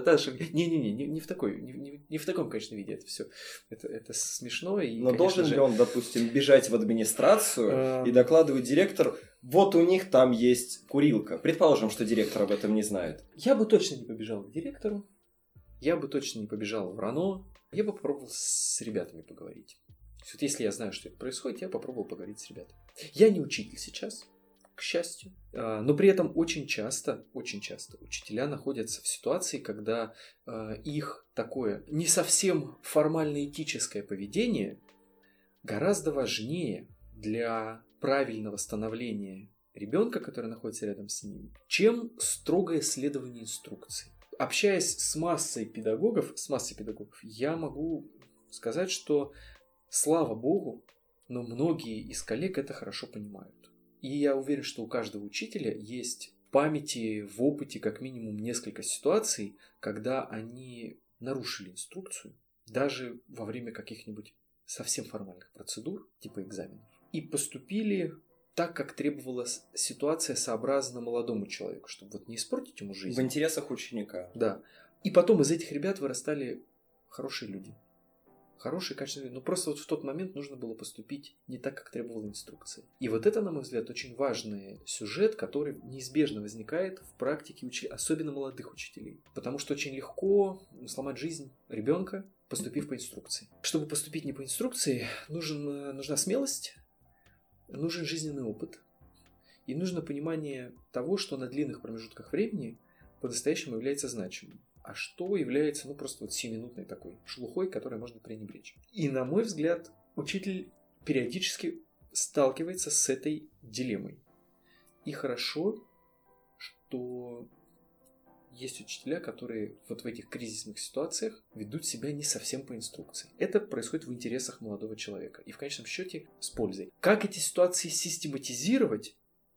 не в таком, конечно, виде это все. Это смешно. И, но должен ли он, допустим, бежать в администрацию и докладывать директору, вот у них там есть курилка. Предположим, что директор об этом не знает. Я бы точно не побежал к директору, я бы точно не побежал в РАНО, я бы попробовал с ребятами поговорить. Вот если я знаю, что это происходит, я попробовал поговорить с ребятами. Я не учитель сейчас, к счастью, но при этом очень часто учителя находятся в ситуации, когда их такое не совсем формально-этическое поведение гораздо важнее для правильного становления ребенка, который находится рядом с ним, чем строгое следование инструкций. Общаясь с массой педагогов, я могу сказать, что, слава богу, но многие из коллег это хорошо понимают. И я уверен, что у каждого учителя есть в памяти, в опыте как минимум несколько ситуаций, когда они нарушили инструкцию, даже во время каких-нибудь совсем формальных процедур, типа экзаменов, и поступили так, как требовалась ситуация сообразно молодому человеку, чтобы вот не испортить ему жизнь. В интересах ученика. Да. И потом из этих ребят вырастали хорошие люди. Хорошие, качественные люди. Но просто вот в тот момент нужно было поступить не так, как требовала инструкция. И вот это, на мой взгляд, очень важный сюжет, который неизбежно возникает в практике особенно молодых учителей. Потому что очень легко сломать жизнь ребенка, поступив по инструкции. Чтобы поступить не по инструкции, нужна смелость, нужен жизненный опыт и нужно понимание того, что на длинных промежутках времени по-настоящему является значимым, а что является, просто вот 7-минутной такой шелухой, которой можно пренебречь. И, на мой взгляд, учитель периодически сталкивается с этой дилеммой. И хорошо, что есть учителя, которые вот в этих кризисных ситуациях ведут себя не совсем по инструкции. Это происходит в интересах молодого человека. И в конечном счете с пользой. Как эти ситуации систематизировать,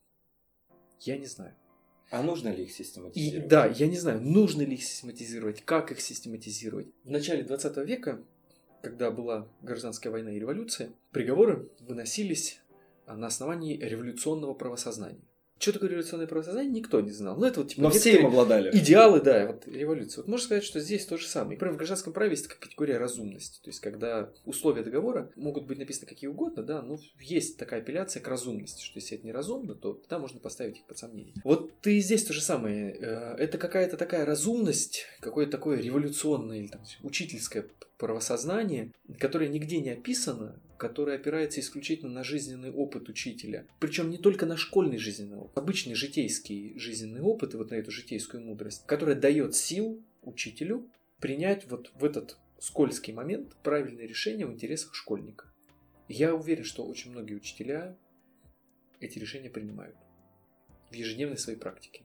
я не знаю. А нужно ли их систематизировать? Да, я не знаю, нужно ли их систематизировать, как их систематизировать. В начале 20 века, когда была гражданская война и революция, приговоры выносились на основании революционного правосознания. Что такое революционное правосознание, никто не знал. Это вот, но все им обладали. Идеалы, да, вот революция. Вот можно сказать, что здесь то же самое. Например, в гражданском праве есть такая категория разумности. То есть, когда условия договора могут быть написаны какие угодно, да, но есть такая апелляция к разумности, что если это неразумно, то тогда можно поставить их под сомнение. Вот и здесь то же самое. Это какая-то такая разумность, какое-то такое революционное или там, учительское правосознание, которое нигде не описано, которое опирается исключительно на жизненный опыт учителя. Причем не только на школьный жизненный опыт, обычный житейский жизненный опыт и вот на эту житейскую мудрость, которая дает сил учителю принять вот в этот скользкий момент правильное решение в интересах школьника. Я уверен, что очень многие учителя эти решения принимают в ежедневной своей практике.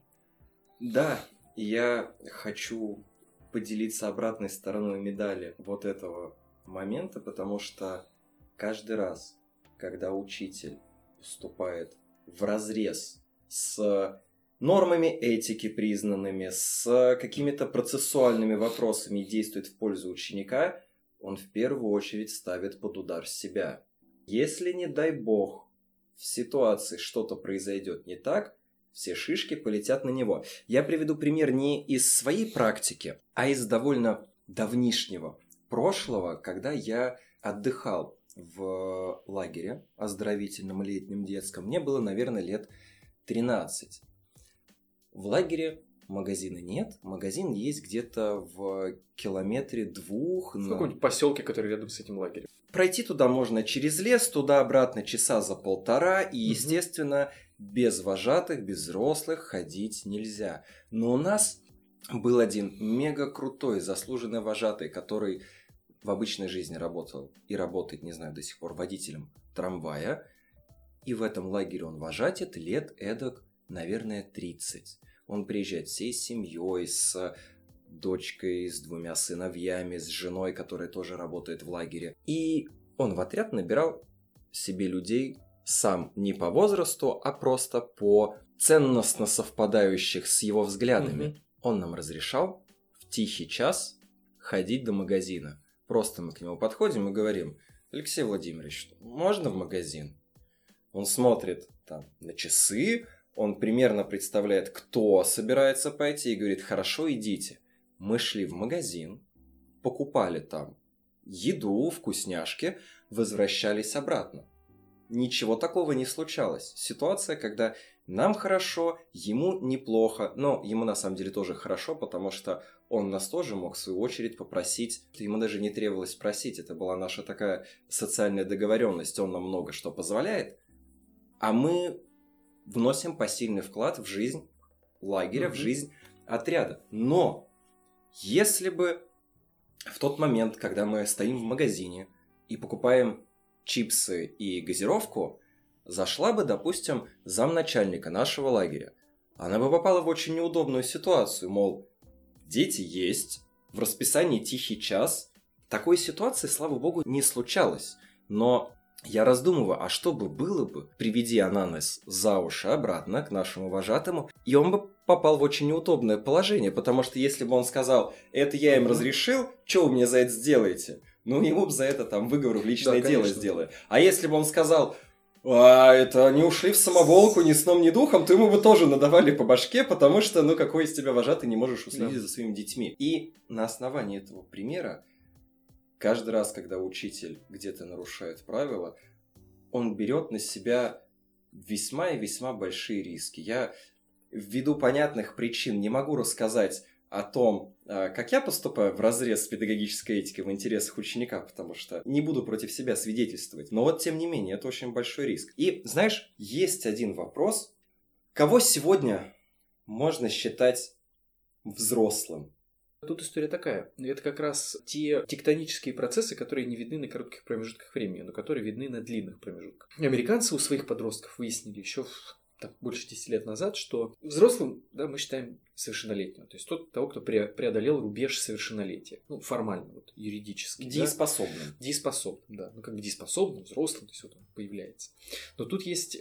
Да, я хочу поделиться обратной стороной медали вот этого момента, потому что каждый раз, когда учитель вступает вразрез с нормами этики признанными, с какими-то процессуальными вопросами и действует в пользу ученика, он в первую очередь ставит под удар себя. Если, не дай бог, в ситуации что-то произойдет не так, все шишки полетят на него. Я приведу пример не из своей практики, а из довольно давнишнего прошлого, когда я отдыхал в лагере оздоровительном летнем детском. Мне было, наверное, лет 13. В лагере магазина нет. Магазин есть где-то в километре 2. В каком-нибудь поселке, который рядом с этим лагерем. Пройти туда можно через лес, туда-обратно часа за 1,5. И, естественно, без вожатых, без взрослых ходить нельзя. Но у нас был один мега крутой заслуженный вожатый, который в обычной жизни работал и работает, не знаю, до сих пор водителем трамвая, и в этом лагере он вожатит лет эдак, наверное, 30. Он приезжает всей семьей, с дочкой, с 2 сыновьями, с женой, которая тоже работает в лагере. И он в отряд набирал себе людей сам не по возрасту, а просто по ценностно совпадающих с его взглядами. Он нам разрешал в тихий час ходить до магазина. Просто мы к нему подходим и говорим: Алексей Владимирович, можно в магазин? Он смотрит там на часы, он примерно представляет, кто собирается пойти, и говорит: хорошо, идите. Мы шли в магазин, покупали там еду, вкусняшки, возвращались обратно. Ничего такого не случалось. Ситуация, когда нам хорошо, ему неплохо, но ему на самом деле тоже хорошо, потому что он нас тоже мог в свою очередь попросить. Ему даже не требовалось просить, это была наша такая социальная договоренность. Он нам много что позволяет, а мы вносим посильный вклад в жизнь лагеря, в жизнь отряда. Но если бы в тот момент, когда мы стоим в магазине и покупаем чипсы и газировку, зашла бы, допустим, замначальника нашего лагеря, она бы попала в очень неудобную ситуацию, мол, дети есть, в расписании тихий час. Такой ситуации, слава богу, не случалось. Но я раздумываю, а что бы было бы, приведи она нас за уши обратно к нашему вожатому, и он бы попал в очень неудобное положение, потому что если бы он сказал: это я им разрешил, что вы мне за это сделаете? Ну, ему бы за это там выговор в личное дело сделаю. А если бы он сказал: это они ушли в самоволку ни сном, ни духом, то ему бы тоже надавали по башке, потому что, ну, какой из тебя вожатый, не можешь уследить за своими детьми. И на основании этого примера, каждый раз, когда учитель где-то нарушает правила, он берет на себя весьма и весьма большие риски. Я ввиду понятных причин не могу рассказать о том, как я поступаю вразрез с педагогической этикой в интересах ученика, потому что не буду против себя свидетельствовать. Но вот, тем не менее, это очень большой риск. И, знаешь, есть один вопрос. Кого сегодня можно считать взрослым? Тут история такая. Это как раз те тектонические процессы, которые не видны на коротких промежутках времени, но которые видны на длинных промежутках. Американцы у своих подростков выяснили еще больше 10 лет назад, что взрослым, да, мы считаем совершеннолетнего. То есть того, кто преодолел рубеж совершеннолетия. Ну, формально, вот, юридически. Дееспособным. Да? Дееспособным, да. Ну, как дееспособным, взрослым, то есть вот он появляется. Но тут есть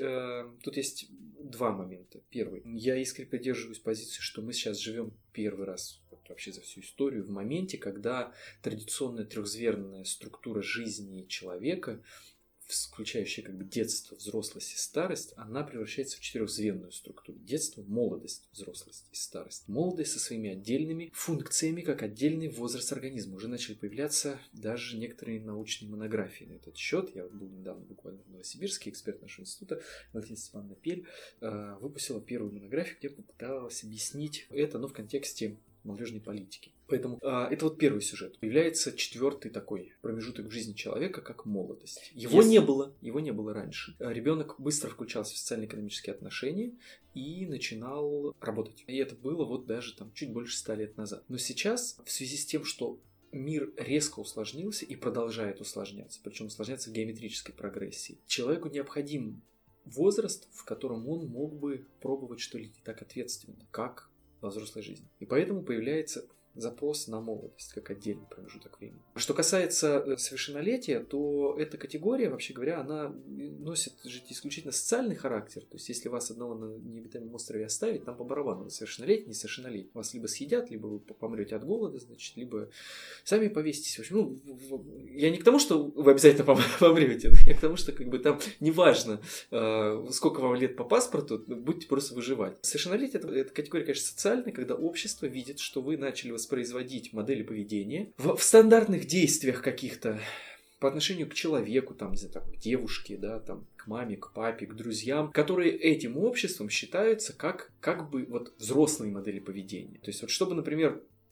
2 момента. Первый. Я искренне придерживаюсь позиции, что мы сейчас живем первый раз вообще за всю историю в моменте, когда традиционная трехзвенная структура жизни человека, включающая как бы детство, взрослость и старость, она превращается в 4-звенную структуру. Детство, молодость, взрослость и старость. Молодость со своими отдельными функциями, как отдельный возраст организма. Уже начали появляться даже некоторые научные монографии на этот счет. Я был недавно буквально в Новосибирске, эксперт нашего института Валентина Степановна Пель выпустила первую монографию, где попыталась объяснить это, но в контексте молодежной политики. Поэтому это вот первый сюжет. Появляется 4-й такой промежуток в жизни человека, как молодость. Его не было раньше. Ребенок быстро включался в социально-экономические отношения и начинал работать. И это было вот даже там чуть больше 100 лет назад. Но сейчас, в связи с тем, что мир резко усложнился и продолжает усложняться, причем усложняться в геометрической прогрессии, человеку необходим возраст, в котором он мог бы пробовать что-либо так ответственно, как во взрослой жизни. И поэтому появляется запрос на молодость, как отдельный промежуток времени. Что касается совершеннолетия, то эта категория, вообще говоря, она носит исключительно социальный характер. То есть, если вас одного на необитаемом острове оставить, там по барабану, совершеннолетний, несовершеннолетний. Вас либо съедят, либо вы помрете от голода, значит, либо сами повеситесь. В общем, я не к тому, что вы обязательно помрете, я к тому, что как бы там неважно, сколько вам лет по паспорту, будете просто выживать. Совершеннолетие – это категория, конечно, социальная, когда общество видит, что вы начали воспроизводить модели поведения в стандартных действиях каких-то по отношению к человеку, там, не знаю, там, к девушке, да, там, к маме, к папе, к друзьям, которые этим обществом считаются как бы вот взрослые модели поведения. То есть, вот чтобы, например,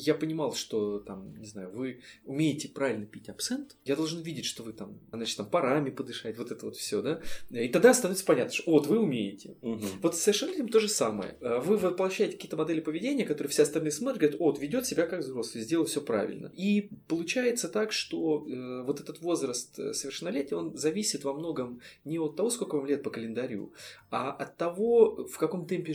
я понимал, что там, не знаю, вы умеете правильно пить абсент, я должен видеть, что вы там, значит, там парами подышать, вот это вот все, да, и тогда становится понятно, что вот вы умеете. Вот с совершеннолетним то же самое. Вы воплощаете какие-то модели поведения, которые все остальные смотрят, говорят, вот, ведет себя как взрослый, сделал все правильно. И получается так, что вот этот возраст совершеннолетия, он зависит во многом не от того, сколько вам лет по календарю, а от того, в каком темпе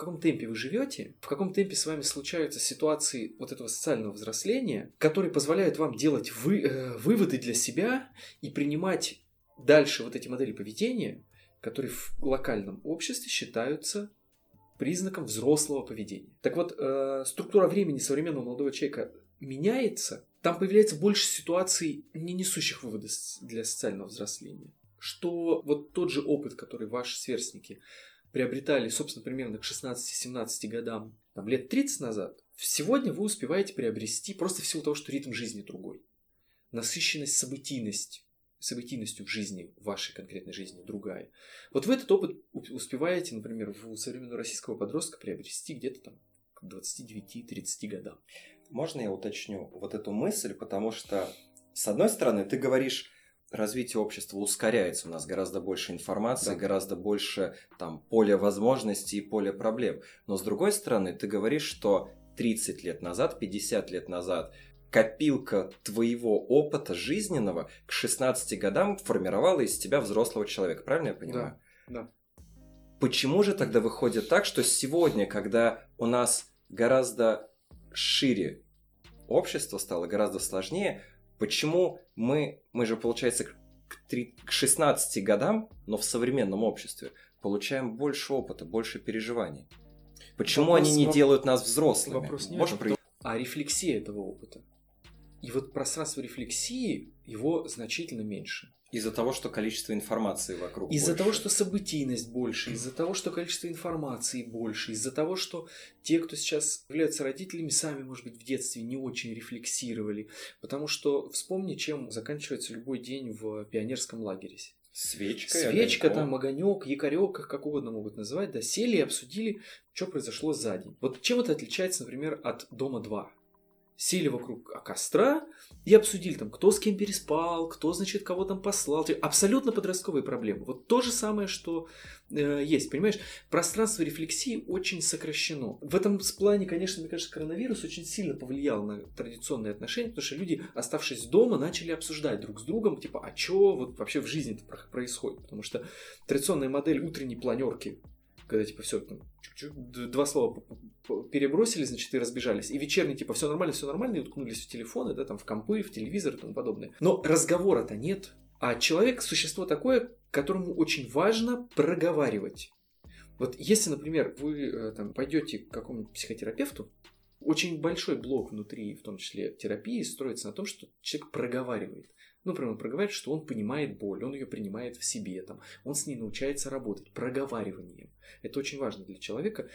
вы живете, в каком темпе с вами случаются ситуации вот этого социального взросления, которые позволяют вам делать выводы для себя и принимать дальше вот эти модели поведения, которые в локальном обществе считаются признаком взрослого поведения. Так вот, структура времени современного молодого человека меняется, там появляется больше ситуаций, не несущих выводы для социального взросления. Что вот тот же опыт, который ваши сверстники приобретали, собственно, примерно к 16-17 годам, там, лет 30 назад, сегодня вы успеваете приобрести просто в силу того, что ритм жизни другой. Насыщенность событийностью в жизни, в вашей конкретной жизни другая. Вот вы этот опыт успеваете, например, у современного российского подростка приобрести где-то там к 29-30 годам. Можно я уточню вот эту мысль, потому что, с одной стороны, ты говоришь, развитие общества ускоряется, у нас гораздо больше информации, да, гораздо больше там поля возможностей и поля проблем. Но с другой стороны, ты говоришь, что 30 лет назад, 50 лет назад копилка твоего опыта жизненного к 16 годам формировала из тебя взрослого человека. Правильно я понимаю? Да. Почему же тогда выходит так, что сегодня, когда у нас гораздо шире общество стало, гораздо сложнее, почему мы же, получается, к 16 годам, но в современном обществе, получаем больше опыта, больше переживаний? Почему они не делают нас взрослыми? Вопрос не в этом, а рефлексия этого опыта. И вот пространство рефлексии, его значительно меньше. Из-за того, что количество информации вокруг из-за больше. того, что событийность больше, из-за того, что количество информации больше, из-за того, что те, кто сейчас являются родителями, сами, может быть, в детстве не очень рефлексировали. Потому что вспомни, чем заканчивается любой день в пионерском лагере. Свечка, там, огонек, якорек, как угодно могут называть, да, сели и обсудили, что произошло за день. Вот чем это отличается, например, от «Дома-2»? Сели вокруг костра и обсудили, там, кто с кем переспал, кто, значит, кого там послал. Абсолютно подростковые проблемы. Вот то же самое, что есть, понимаешь? Пространство рефлексии очень сокращено. В этом плане, конечно, мне кажется, коронавирус очень сильно повлиял на традиционные отношения, потому что люди, оставшись дома, начали обсуждать друг с другом, типа, а что вот вообще в жизни-то происходит? Потому что традиционная модель утренней планерки, когда, типа, все, там, два слова перебросили, значит, и разбежались. И вечерний, типа, все нормально, и уткнулись в телефоны, да, там, в компы, в телевизор и тому подобное. Но разговора-то нет. А человек – существо такое, которому очень важно проговаривать. Вот если, например, вы там пойдете к какому-нибудь психотерапевту, очень большой блок внутри, в том числе терапии, строится на том, что человек проговаривает. Ну, например, он проговаривает, что он понимает боль, он ее принимает в себе, там, он с ней научается работать, проговариванием. Это очень важно для человека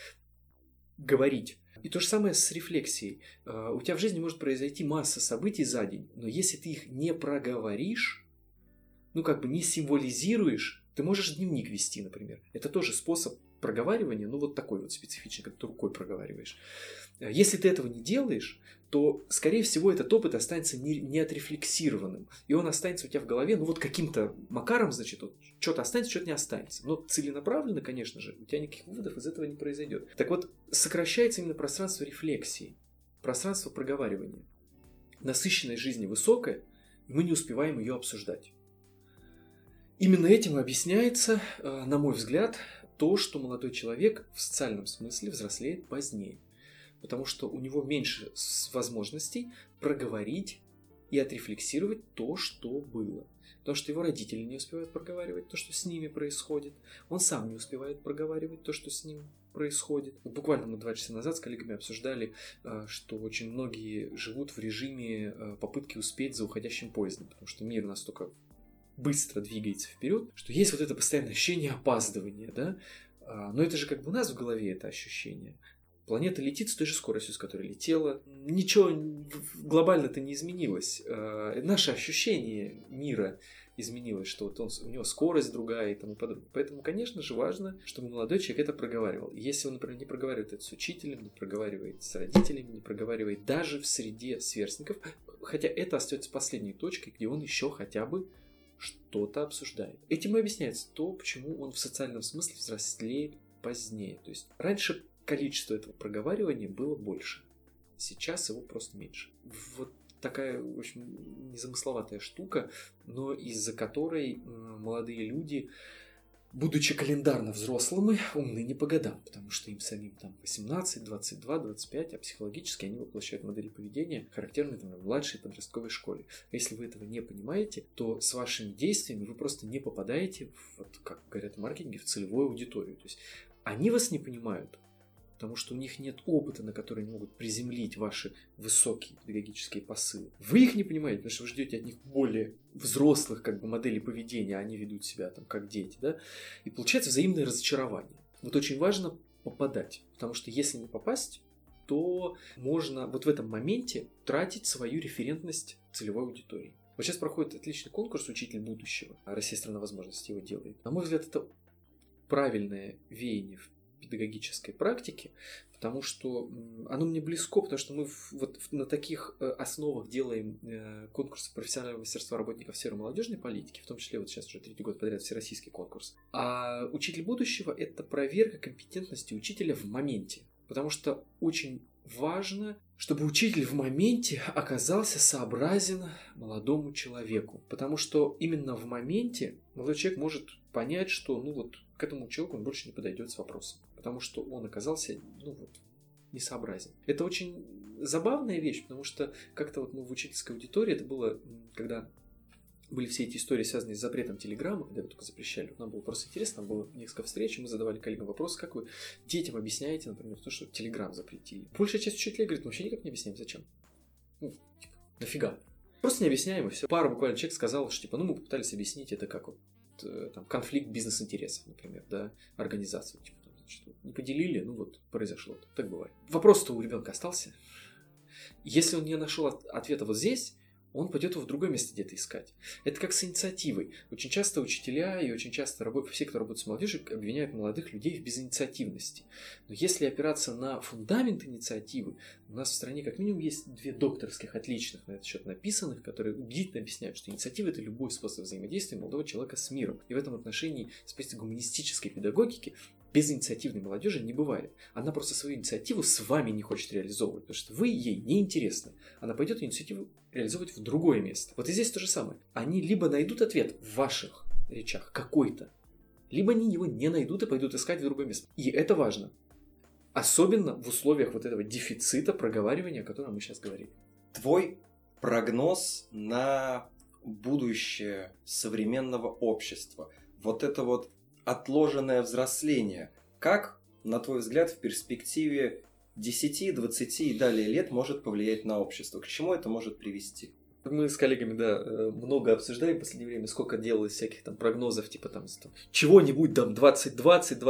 – говорить. И то же самое с рефлексией. У тебя в жизни может произойти масса событий за день, но если ты их не проговоришь, ну, как бы не символизируешь, ты можешь дневник вести, например. Это тоже способ проговаривания, ну, вот такой вот специфичный, когда ты рукой проговариваешь. Если ты этого не делаешь, то, скорее всего, этот опыт останется не отрефлексированным. И он останется у тебя в голове, ну, вот каким-то макаром, значит, вот, что-то останется, что-то не останется. Но целенаправленно, конечно же, у тебя никаких выводов из этого не произойдет. Так вот, сокращается именно пространство рефлексии, пространство проговаривания. Насыщенность жизни высокая, и мы не успеваем ее обсуждать. Именно этим объясняется, на мой взгляд, то, что молодой человек в социальном смысле взрослеет позднее. Потому что у него меньше возможностей проговорить и отрефлексировать то, что было. Потому что его родители не успевают проговаривать то, что с ними происходит. Он сам не успевает проговаривать то, что с ним происходит. Вот буквально мы 2 часа назад с коллегами обсуждали, что очень многие живут в режиме попытки успеть за уходящим поездом. Потому что мир настолько быстро двигается вперед, что есть вот это постоянное ощущение опаздывания, да? Но это же как бы у нас в голове это ощущение. Планета летит с той же скоростью, с которой летела. Ничего глобально-то не изменилось. Наше ощущение мира изменилось, что вот у него скорость другая и тому подобное. Поэтому, конечно же, важно, чтобы молодой человек это проговаривал. Если он, например, не проговаривает это с учителем, не проговаривает с родителями, не проговаривает даже в среде сверстников, хотя это остается последней точкой, где он еще хотя бы что-то обсуждает. Этим и объясняется то, почему он в социальном смысле взрослеет позднее. То есть раньше количество этого проговаривания было больше, сейчас его просто меньше. Вот такая, в общем, незамысловатая штука, но из-за которой молодые люди, будучи календарно взрослыми, умны не по годам, потому что им самим там 18, 22, 25, а психологически они воплощают модели поведения, характерные там, в младшей подростковой школе. Если вы этого не понимаете, то с вашими действиями вы просто не попадаете, вот, как говорят в маркетинге, в целевую аудиторию. То есть они вас не понимают, потому что у них нет опыта, на который они могут приземлить ваши высокие педагогические посылы. Вы их не понимаете, потому что вы ждете от них более взрослых как бы моделей поведения, а они ведут себя там как дети, да? И получается взаимное разочарование. Вот очень важно попадать, потому что если не попасть, то можно вот в этом моменте тратить свою референтность целевой аудитории. Вот сейчас проходит отличный конкурс «Учитель будущего». Россия страна возможностей его делает. На мой взгляд, это правильное веяние в педагогической практики, потому что оно мне близко, потому что мы вот на таких основах делаем конкурсы профессионального мастерства работников сферы молодежной политики, в том числе вот сейчас уже 3-й год подряд всероссийский конкурс. А учитель будущего – это проверка компетентности учителя в моменте, потому что очень важно, чтобы учитель в моменте оказался сообразен молодому человеку, потому что именно в моменте молодой человек может понять, что ну вот к этому человеку он больше не подойдет с вопросом, потому что он оказался несообразен. Это очень забавная вещь, потому что как-то вот в учительской аудитории это было, когда были все эти истории, связанные с запретом телеграммы, когда его только запрещали. Нам было просто интересно, там было несколько встреч, мы задавали коллегам вопрос, как вы детям объясняете, например, то, что телеграм запретили. Большая часть учителей говорит, мы вообще никак не объясняем, зачем? Нафига? Просто не объясняем, и все. Пара буквально человек сказал, что мы попытались объяснить это как вот там, конфликт бизнес-интересов, например, да, организацию. Не поделили, произошло. Так бывает. Вопрос-то у ребенка остался. Если он не нашел ответа вот здесь, он пойдет его в другое место где-то искать. Это как с инициативой. Очень часто учителя и очень часто все, кто работает с молодежью, обвиняют молодых людей в безинициативности. Но если опираться на фундамент инициативы, у нас в стране как минимум есть 2 докторских отличных на этот счет написанных, которые убедительно объясняют, что инициатива – это любой способ взаимодействия молодого человека с миром. И в этом отношении с позиции гуманистической педагогики без инициативной молодежи не бывает. Она просто свою инициативу с вами не хочет реализовывать, потому что вы ей не интересны. Она пойдет инициативу реализовывать в другое место. Вот и здесь то же самое. Они либо найдут ответ в ваших речах какой-то, либо они его не найдут и пойдут искать в другое место. И это важно. Особенно в условиях вот этого дефицита проговаривания, о котором мы сейчас говорим. Твой прогноз на будущее современного общества. Вот это вот отложенное взросление. Как, на твой взгляд, в перспективе 10, 20 и далее лет может повлиять на общество? К чему это может привести? Мы с коллегами, много обсуждаем в последнее время, сколько делалось всяких там прогнозов, типа там чего-нибудь там 2020,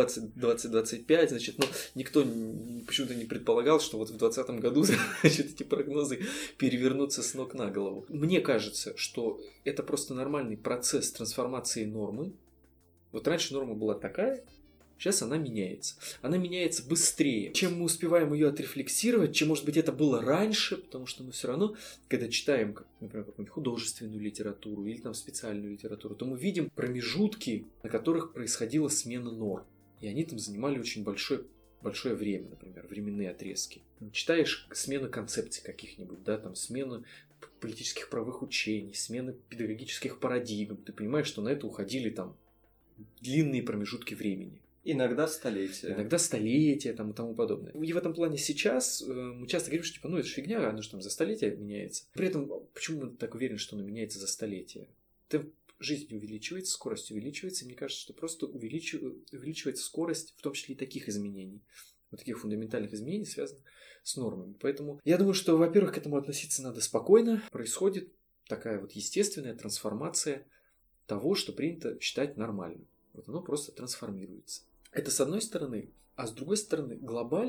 2025, никто почему-то не предполагал, что вот в 2020 году, эти прогнозы перевернутся с ног на голову. Мне кажется, что это просто нормальный процесс трансформации нормы. Вот раньше норма была такая, сейчас она меняется. Она меняется быстрее. Чем мы успеваем ее отрефлексировать, чем, может быть, это было раньше, потому что мы все равно, когда читаем, например, какую-нибудь художественную литературу или там специальную литературу, то мы видим промежутки, на которых происходила смена норм. И они там занимали очень большое время, например, временные отрезки. Читаешь смену концепций каких-нибудь, смену политических правовых учений, смену педагогических парадигм. Ты понимаешь, что на это уходили длинные промежутки времени. Иногда столетия. И тому подобное. И в этом плане сейчас мы часто говорим, что это же фигня, оно же за столетия меняется. При этом, почему мы так уверены, что оно меняется за столетия? Темп жизни увеличивается, скорость увеличивается, и мне кажется, что просто увеличивается скорость, в том числе и таких изменений. Вот таких фундаментальных изменений, связанных с нормами. Поэтому я думаю, что, во-первых, к этому относиться надо спокойно. Происходит такая вот естественная трансформация того, что принято считать нормальным. Вот оно просто трансформируется. Это с одной стороны. А с другой стороны, глобально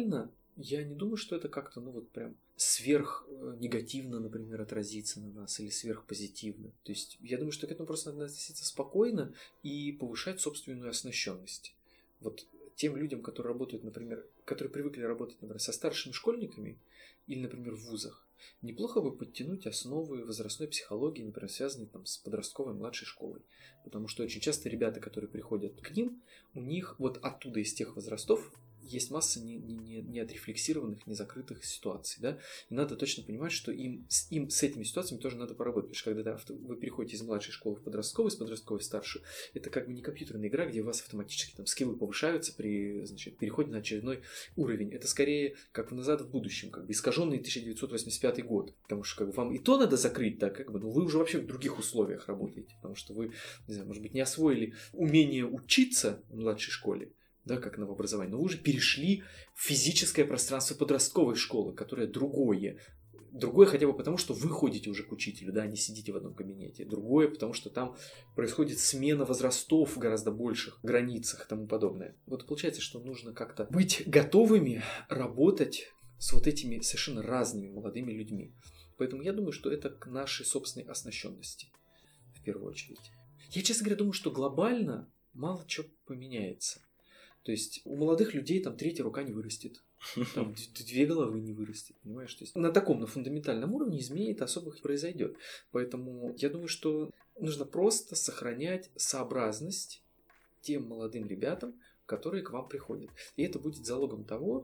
Я не думаю, что это как-то, прям сверх негативно, например, отразится на нас или сверхпозитивно. То есть я думаю, что к этому просто надо относиться спокойно и повышать собственную оснащенность. Вот тем людям, которые работают, например, которые привыкли работать, например, со старшими школьниками или, например, в вузах, неплохо бы подтянуть основы возрастной психологии, например, связанные там с подростковой младшей школой. Потому что очень часто ребята, которые приходят к ним, у них вот оттуда из тех возрастов есть масса не отрефлексированных, не закрытых ситуаций, да, и надо точно понимать, что им с этими ситуациями тоже надо поработать, потому что когда вы переходите из младшей школы в подростковую, из подростковой в старшую, это как бы не компьютерная игра, где у вас автоматически там скиллы повышаются при, переходе на очередной уровень, это скорее как в «Назад в будущем», как бы искаженный 1985 год, потому что как бы вам и то надо закрыть, да, как бы, вы уже вообще в других условиях работаете, потому что вы, не знаю, может быть, не освоили умение учиться в младшей школе, да, как новообразование, но вы уже перешли в физическое пространство подростковой школы, которое другое. Другое хотя бы потому, что вы ходите уже к учителю, да, не сидите в одном кабинете. Другое, потому что там происходит смена возрастов в гораздо больших границах и тому подобное. Вот получается, что нужно как-то быть готовыми работать с вот этими совершенно разными молодыми людьми. Поэтому я думаю, что это к нашей собственной оснащенности в первую очередь. Я, честно говоря, думаю, что глобально мало чего поменяется. То есть у молодых людей там третья рука не вырастет, там две головы не вырастет, понимаешь? То есть на таком, на фундаментальном уровне изменений особых не произойдет. Поэтому я думаю, что нужно просто сохранять сообразность тем молодым ребятам, которые к вам приходят. И это будет залогом того,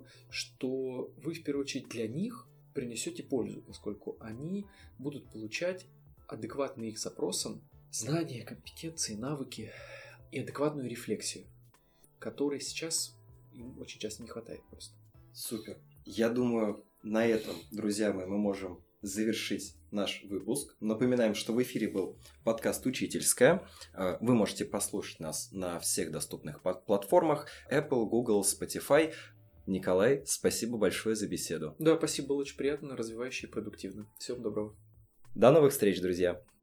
что вы в первую очередь для них принесете пользу, поскольку они будут получать адекватные их запросам знания, компетенции, навыки и адекватную рефлексию, которой сейчас им очень часто не хватает просто. Супер. Я думаю, на этом, друзья мои, мы можем завершить наш выпуск. Напоминаем, что в эфире был подкаст «Учительская». Вы можете послушать нас на всех доступных платформах: Apple, Google, Spotify. Николай, спасибо большое за беседу. Да, спасибо, было очень приятно, развивающе и продуктивно. Всего доброго. До новых встреч, друзья!